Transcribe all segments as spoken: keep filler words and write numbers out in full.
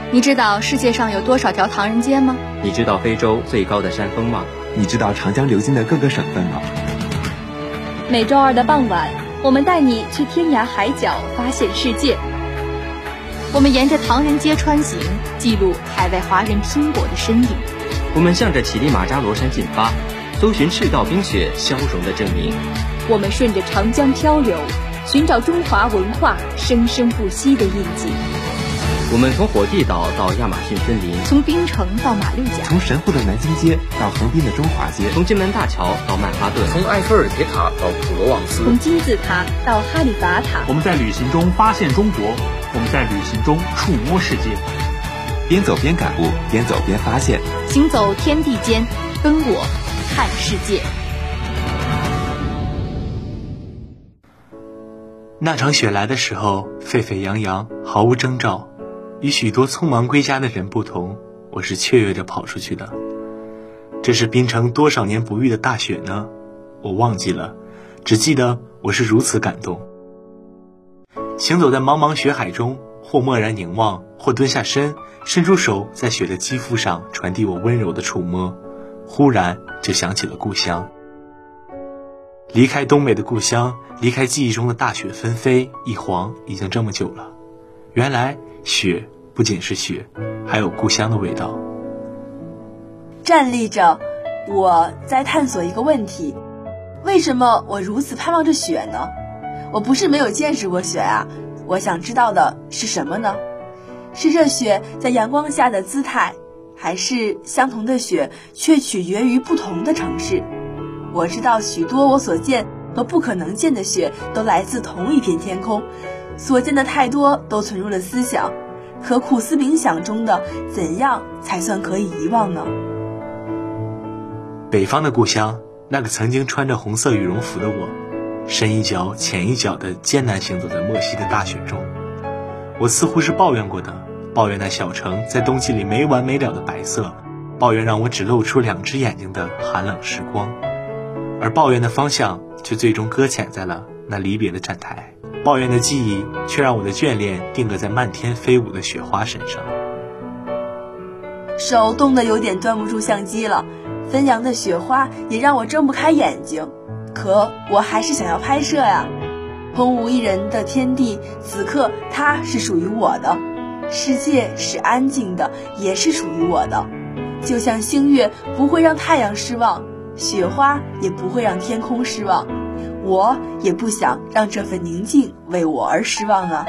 你知道世界上有多少条唐人街吗？ 你知道非洲最高的山峰吗？ 你知道长江流经的各个省份吗？ 每周二的傍晚，我们带你去天涯海角发现世界。 我们沿着唐人街穿行，记录海外华人拼搏的身影。 我们向着乞力马扎罗山进发，搜寻赤道冰雪消融的证明。 我们顺着长江漂流，寻找中华文化生生不息的印记。 我们从火地岛到亚马逊森林， 从槟城到马六甲， 从神户的南京街到横滨的中华街， 从金门大桥到曼哈顿， 从埃菲尔铁塔到普罗旺斯， 从金字塔到哈利法塔。 我们在旅行中发现中国，我们在旅行中触摸世界。 边走边感悟，边走边发现， 行走天地间，跟我看世界。 那场雪来的时候，沸沸扬扬，毫无征兆。与许多匆忙归家的人不同，我是雀跃着跑出去的。这是槟城多少年不遇的大雪呢？我忘记了，只记得我是如此感动。行走在茫茫雪海中，或默然凝望，或蹲下身，伸出手在雪的肌肤上传递我温柔的触摸，忽然就想起了故乡。离开东北的故乡，离开记忆中的大雪纷飞，一晃已经这么久了。原来雪不仅是雪，还有故乡的味道。 站立着，我在探索一个问题：为什么我如此盼望着雪呢？我不是没有见识过雪啊，我想知道的是什么呢？是这雪在阳光下的姿态，还是相同的雪却取决于不同的城市？我知道许多我所见和不可能见的雪都来自同一片天空，所见的太多都存入了思想，可苦思冥想中的怎样才算可以遗忘呢？ 北方的故乡，那个曾经穿着红色羽绒服的我，深一脚浅一脚的艰难行走在漠西的大雪中。我似乎是抱怨过的，抱怨那小城在冬季里没完没了的白色，抱怨让我只露出两只眼睛的寒冷时光，而抱怨的方向却最终搁浅在了那离别的站台。抱怨的记忆却让我的眷恋定格在漫天飞舞的雪花身上。 手冻得有点端不住相机了，纷扬的雪花也让我睁不开眼睛，可我还是想要拍摄呀。空无一人的天地，此刻它是属于我的，世界是安静的，也是属于我的。就像星月不会让太阳失望，雪花也不会让天空失望，我也不想让这份宁静为我而失望啊。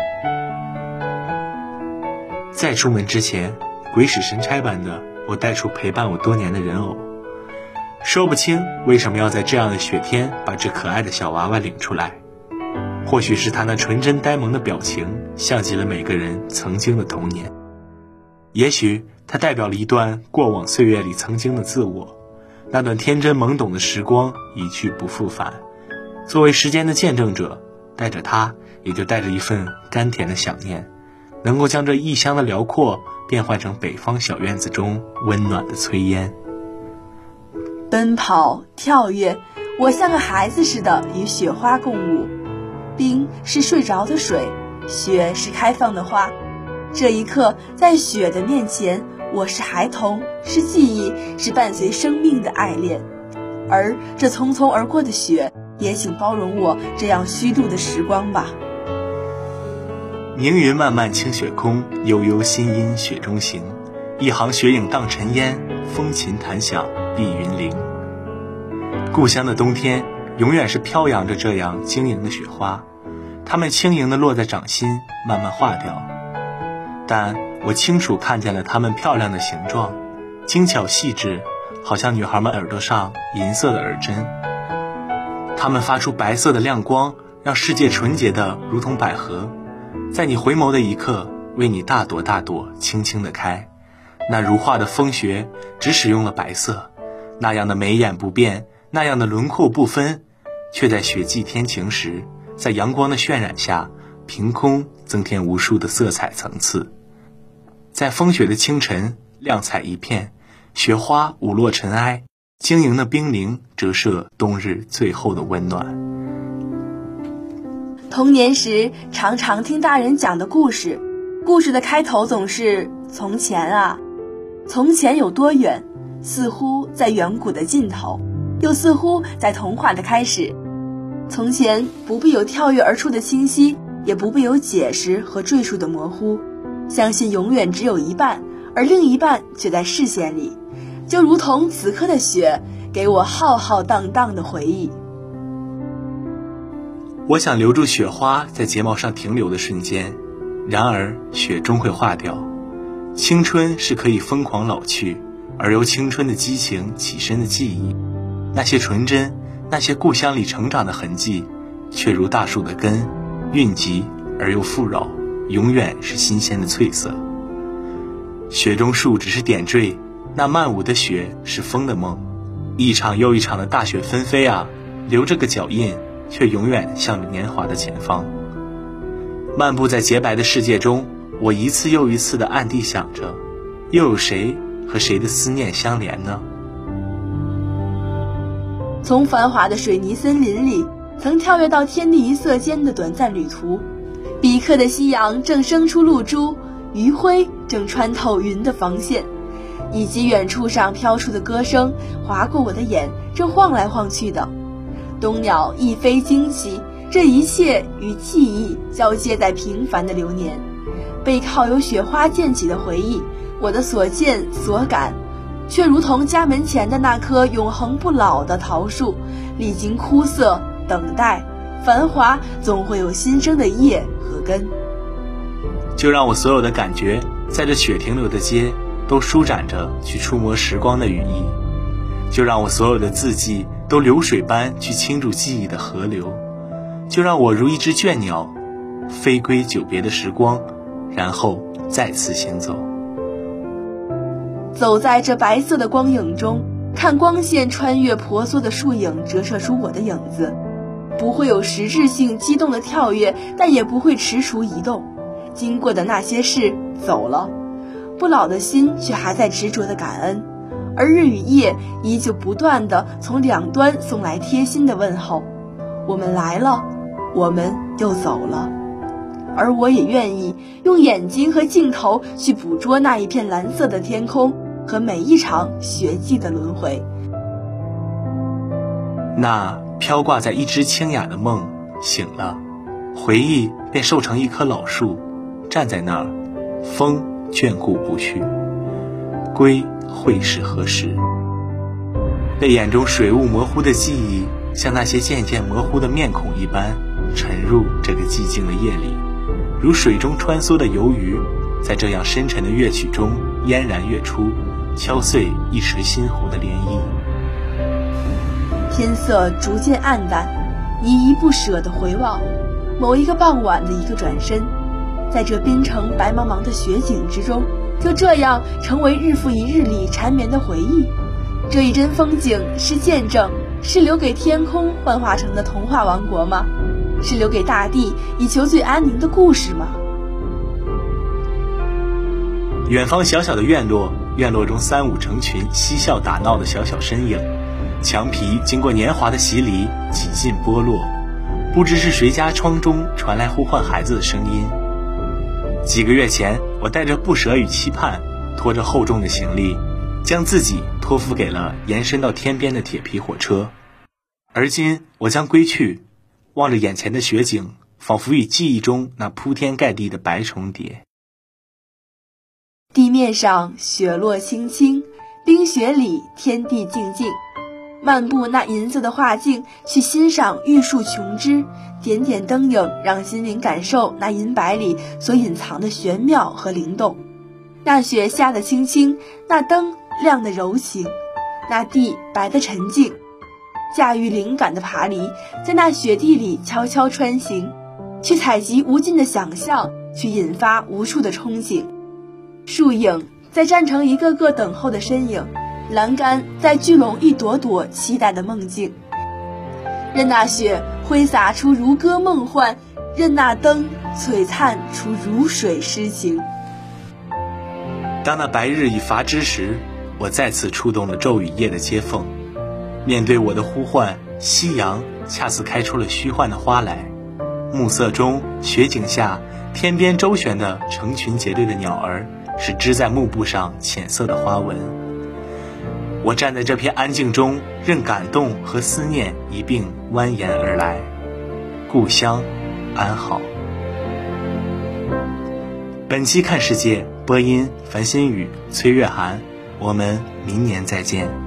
在出门之前，鬼使神差般的我带出陪伴我多年的人偶，说不清为什么要在这样的雪天把这可爱的小娃娃领出来。或许是他那纯真呆萌的表情像极了每个人曾经的童年，也许它代表了一段过往岁月里曾经的自我，那段天真懵懂的时光一去不复返。作为时间的见证者，带着它，也就带着一份甘甜的想念，能够将这异乡的辽阔变换成北方小院子中温暖的炊烟。 奔跑跳跃，我像个孩子似的与雪花共舞。冰是睡着的水，雪是开放的花。这一刻，在雪的面前，我是孩童，是记忆，是伴随生命的爱恋。而这匆匆而过的雪，也请包容我这样虚度的时光吧。 凝云漫漫清雪空，悠悠心音雪中行。一行雪影荡尘烟，风琴弹响碧云铃。故乡的冬天永远是飘扬着这样晶莹的雪花，它们轻盈地落在掌心，慢慢化掉。但我清楚看见了它们漂亮的形状，精巧细致，好像女孩们耳朵上银色的耳针。它们发出白色的亮光，让世界纯洁的如同百合，在你回眸的一刻，为你大朵大朵轻轻地开。那如画的风雪只使用了白色，那样的眉眼不变，那样的轮廓不分，却在雪霁天晴时，在阳光的渲染下，凭空增添无数的色彩层次。在风雪的清晨，亮彩一片，雪花舞落尘埃，晶莹的冰凌折射冬日最后的温暖。 童年时常常听大人讲的故事，故事的开头总是从前啊，从前有多远，似乎在远古的尽头，又似乎在童话的开始。从前不必有跳跃而出的清晰，也不必有解释和赘述的模糊，相信永远只有一半，而另一半却在视线里，就如同此刻的雪给我浩浩荡荡的回忆。 我想留住雪花在睫毛上停留的瞬间，然而雪终会化掉。青春是可以疯狂老去，而由青春的激情起身的记忆，那些纯真，那些故乡里成长的痕迹，却如大树的根，蕴集而又富饶，永远是新鲜的翠色。雪中树只是点缀，那漫舞的雪是风的梦。一场又一场的大雪纷飞啊，留着个脚印，却永远向着年华的前方。漫步在洁白的世界中，我一次又一次地暗地想着，又有谁和谁的思念相连呢？ 从繁华的水泥森林里，曾跳跃到天地一色间的短暂旅途。彼刻的夕阳正生出露珠，余晖正穿透云的防线，以及远处上飘出的歌声划过我的眼，正晃来晃去的。冬鸟一飞惊起，这一切与记忆交接在平凡的流年，背靠有雪花溅起的回忆，我的所见所感，却如同家门前的那棵永恒不老的桃树，历经枯涩等待繁华，总会有新生的叶和根。 就让我所有的感觉在这雪停留的街都舒展着去触摸时光的羽翼，就让我所有的字迹都流水般去倾注记忆的河流，就让我如一只倦鸟飞归久别的时光，然后再次行走。 走在这白色的光影中，看光线穿越婆娑的树影，折射出我的影子，不会有实质性激动的跳跃，但也不会踟蹰移动。经过的那些事走了，不老的心却还在执着的感恩，而日与夜依旧不断地从两端送来贴心的问候。我们来了，我们又走了，而我也愿意用眼睛和镜头去捕捉那一片蓝色的天空和每一场雪季的轮回。 那飘挂在一只清雅的梦醒了，回忆便瘦成一棵老树，站在那儿，风眷顾不去，归会是何时？被眼中水雾模糊的记忆，像那些渐渐模糊的面孔一般，沉入这个寂静的夜里，如水中穿梭的游鱼，在这样深沉的乐曲中嫣然跃出，敲碎一池心湖的涟漪。 天色逐渐暗淡，依依不舍地回望某一个傍晚的一个转身，在这冰城白茫茫的雪景之中，就这样成为日复一日里缠绵的回忆。这一帧风景是见证，是留给天空幻化成的童话王国吗？是留给大地以求最安宁的故事吗？ 远方小小的院落，院落中三五成群嬉笑打闹的小小身影，墙皮经过年华的洗礼几近剥落，不知是谁家窗中传来呼唤孩子的声音。几个月前，我带着不舍与期盼，拖着厚重的行李，将自己托付给了延伸到天边的铁皮火车。而今我将归去，望着眼前的雪景，仿佛与记忆中那铺天盖地的白重叠。 地面上雪落清清，冰雪里天地静静，漫步那银色的画境，去欣赏玉树琼枝，点点灯影让心灵感受那银白里所隐藏的玄妙和灵动。那雪下得轻轻，那灯亮得柔情，那地白得沉静，驾驭灵感的爬犁在那雪地里悄悄穿行，去采集无尽的想象，去引发无数的憧憬。树影在站成一个个等候的身影，栏杆在聚拢一朵朵期待的梦境。任那雪挥洒出如歌梦幻，任那灯璀璨出如水诗情。 当那白日已乏之时，我再次触动了昼与夜的接缝。面对我的呼唤，夕阳恰似开出了虚幻的花来。暮色中，雪景下，天边周旋的成群结队的鸟儿， 是织在幕布上浅色的花纹。我站在这片安静中，任感动和思念一并蜿蜒而来。故乡安好。本期看世界播音樊新宇、崔月涵，我们明年再见。